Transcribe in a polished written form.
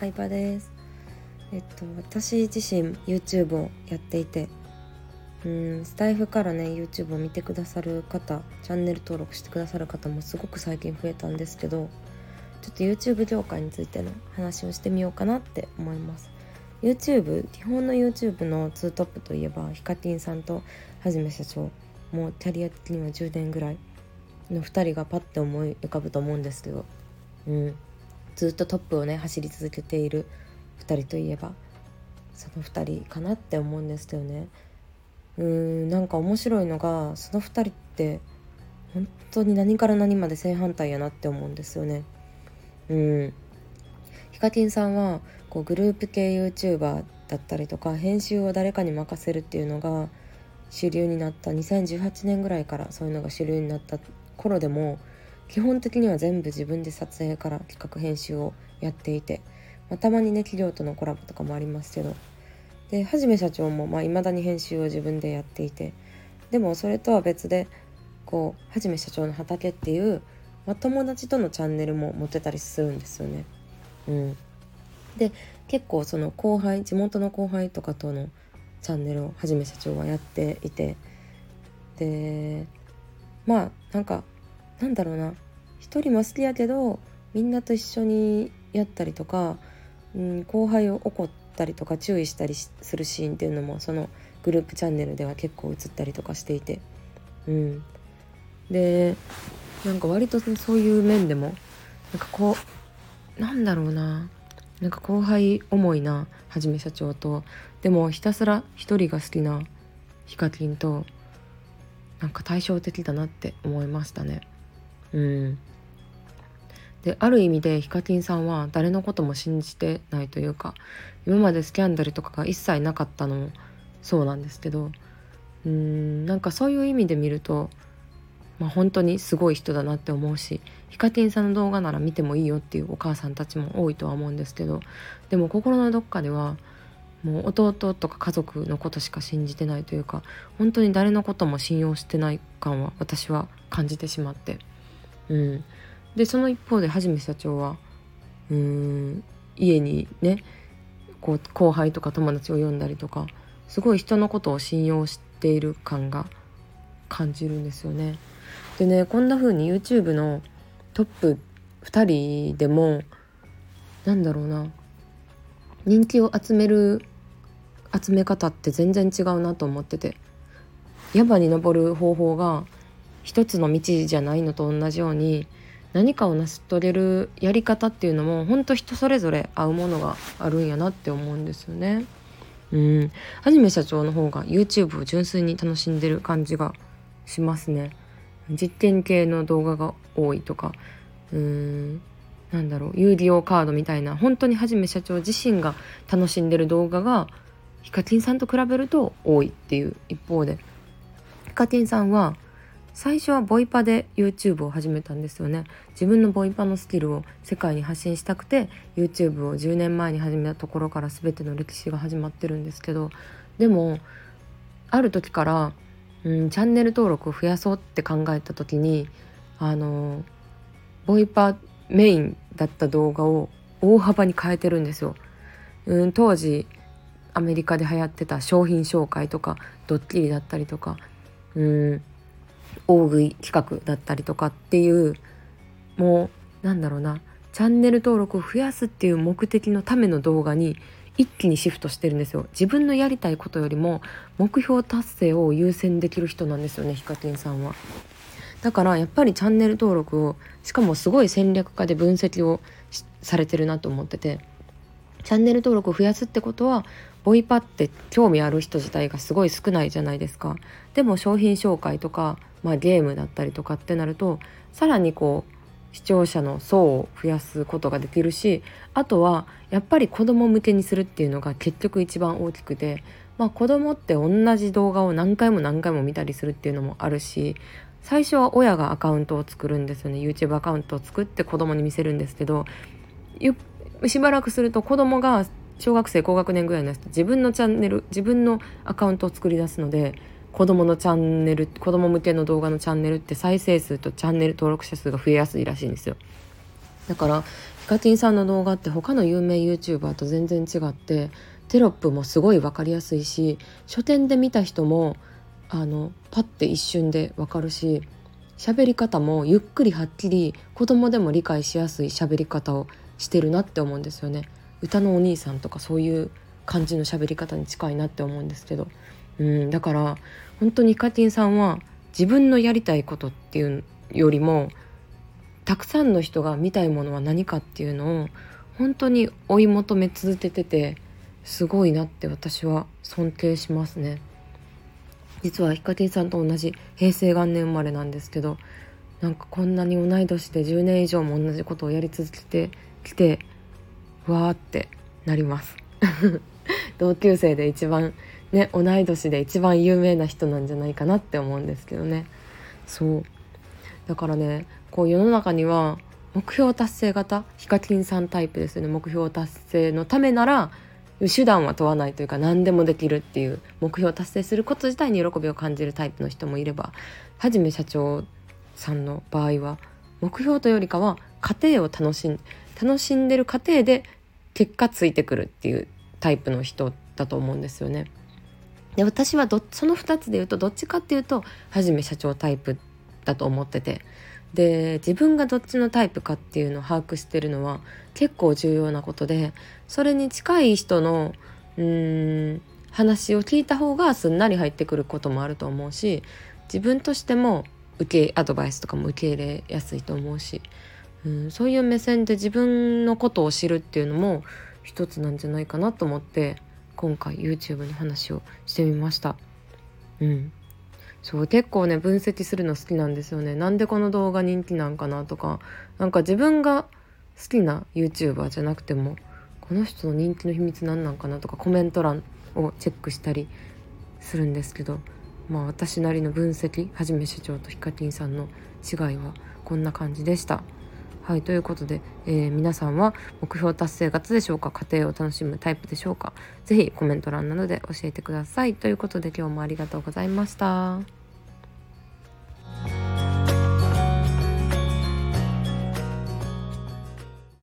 ハイパです。私自身 YouTube をやっていて、スタイフからね YouTube を見てくださる方、チャンネル登録してくださる方もすごく最近増えたんですけど、ちょっと YouTube 業界についての話をしてみようかなって思います。YouTube、日本の YouTube のツートップといえばヒカキンさんとはじめ社長、もうキャリア的には10年ぐらいの2人がパッて思い浮かぶと思うんですけど、ずっとトップをね走り続けている2人といえばその2人かなって思うんですけどね。なんか面白いのが、その2人って本当に何から何まで正反対やなって思うんですよね。ヒカキンさんはこうグループ系 YouTuber だったりとか、編集を誰かに任せるっていうのが主流になった2018年ぐらいから、そういうのが主流になった頃でも基本的には全部自分で撮影から企画編集をやっていて、たまにね企業とのコラボとかもありますけど、ではじめ社長も未だに編集を自分でやっていて、でもそれとは別でこうはじめ社長の畑っていう、友達とのチャンネルも持ってたりするんですよね。で結構その後輩、地元の後輩とかとのチャンネルをはじめ社長はやっていて、でなんだろうな、一人も好きやけどみんなと一緒にやったりとか、後輩を怒ったりとか注意したりするシーンっていうのもそのグループチャンネルでは結構映ったりとかしていて、でなんか割とそういう面でもなんか後輩思いなはじめ社長と、でもひたすら一人が好きなヒカキンと、なんか対照的だなって思いましたね。である意味でヒカキンさんは誰のことも信じてないというか、今までスキャンダルとかが一切なかったのもそうなんですけど、なんかそういう意味で見ると、本当にすごい人だなって思うし、ヒカキンさんの動画なら見てもいいよっていうお母さんたちも多いとは思うんですけど、でも心のどっかではもう弟とか家族のことしか信じてないというか、本当に誰のことも信用してない感は私は感じてしまって、でその一方ではじめ社長は家にねこう後輩とか友達を呼んだりとか、すごい人のことを信用している感が感じるんですよね。でね、こんな風に YouTube のトップ2人でも人気を集め方って全然違うなと思ってて、山に登る方法が一つの道じゃないのと同じように、何かを成し遂げるやり方っていうのも本当人それぞれ合うものがあるんやなって思うんですよね。はじめ社長の方が YouTube を純粋に楽しんでる感じがしますね。実験系の動画が多いとか、有利用カードみたいな、本当にはじめ社長自身が楽しんでる動画がヒカキンさんと比べると多いっていう一方で、ヒカキンさんは最初はボイパで YouTube を始めたんですよね。自分のボイパのスキルを世界に発信したくて YouTube を10年前に始めたところから全ての歴史が始まってるんですけど、でもある時からチャンネル登録を増やそうって考えた時に、ボイパメインだった動画を大幅に変えてるんですよ。当時アメリカで流行ってた商品紹介とかドッキリだったりとか、大食い企画だったりとかっていう、もうチャンネル登録を増やすっていう目的のための動画に一気にシフトしてるんですよ。自分のやりたいことよりも目標達成を優先できる人なんですよね、ヒカキンさんは。だからやっぱりチャンネル登録を、しかもすごい戦略家で分析をされてるなと思ってて、チャンネル登録を増やすってことはボイパって興味ある人自体がすごい少ないじゃないですか。でも商品紹介とか、ゲームだったりとかってなると、さらに視聴者の層を増やすことができるし、あとはやっぱり子供向けにするっていうのが結局一番大きくて、子供って同じ動画を何回も何回も見たりするっていうのもあるし、最初は親がアカウントを作るんですよね。 YouTube アカウントを作って子供に見せるんですけど、しばらくすると子供が小学生高学年ぐらいの人、自分のチャンネル、自分のアカウントを作り出すので、子供のチャンネル、子供向けの動画のチャンネルって再生数とチャンネル登録者数が増えやすいらしいんですよ。 だからヒカキンさんの動画って他の有名 YouTuber と全然違ってテロップもすごい分かりやすいし、書店で見た人もパッて一瞬で分かるし、喋り方もゆっくりはっきり子供でも理解しやすい喋り方をしてるなって思うんですよね。歌のお兄さんとかそういう感じの喋り方に近いなって思うんですけど、だから本当にヒカキンさんは自分のやりたいことっていうよりもたくさんの人が見たいものは何かっていうのを本当に追い求め続けてて、すごいなって私は尊敬しますね。実はヒカキンさんと同じ平成元年生まれなんですけど、なんかこんなに同い年で10年以上も同じことをやり続けてきて、わーってなります同級生で一番ね、同い年で一番有名な人なんじゃないかなって思うんですけどね。そうだからね、こう世の中には目標達成型ヒカキンさんタイプですよね。目標達成のためなら手段は問わないというか、何でもできるっていう、目標を達成すること自体に喜びを感じるタイプの人もいれば、はじめ社長さんの場合は目標というよりかは過程を楽しんでる過程で結果ついてくるっていうタイプの人だと思うんですよね。で、私はその2つで言うとどっちかっていうとはじめ社長タイプだと思ってて、で自分がどっちのタイプかっていうのを把握してるのは結構重要なことで、それに近い人の話を聞いた方がすんなり入ってくることもあると思うし、自分としてもアドバイスとかも受け入れやすいと思うし、そういう目線で自分のことを知るっていうのも一つなんじゃないかなと思って今回 YouTube の話をしてみました。そう結構ね分析するの好きなんですよね。なんでこの動画人気なんかなとか、なんか自分が好きな YouTuber じゃなくてもこの人の人気の秘密なんかなとかコメント欄をチェックしたりするんですけど、私なりの分析、はじめ社長とヒカキンさんの違いはこんな感じでした。はい、ということで、皆さんは目標達成型でしょうか、家庭を楽しむタイプでしょうか。ぜひコメント欄などで教えてください。ということで今日もありがとうございました。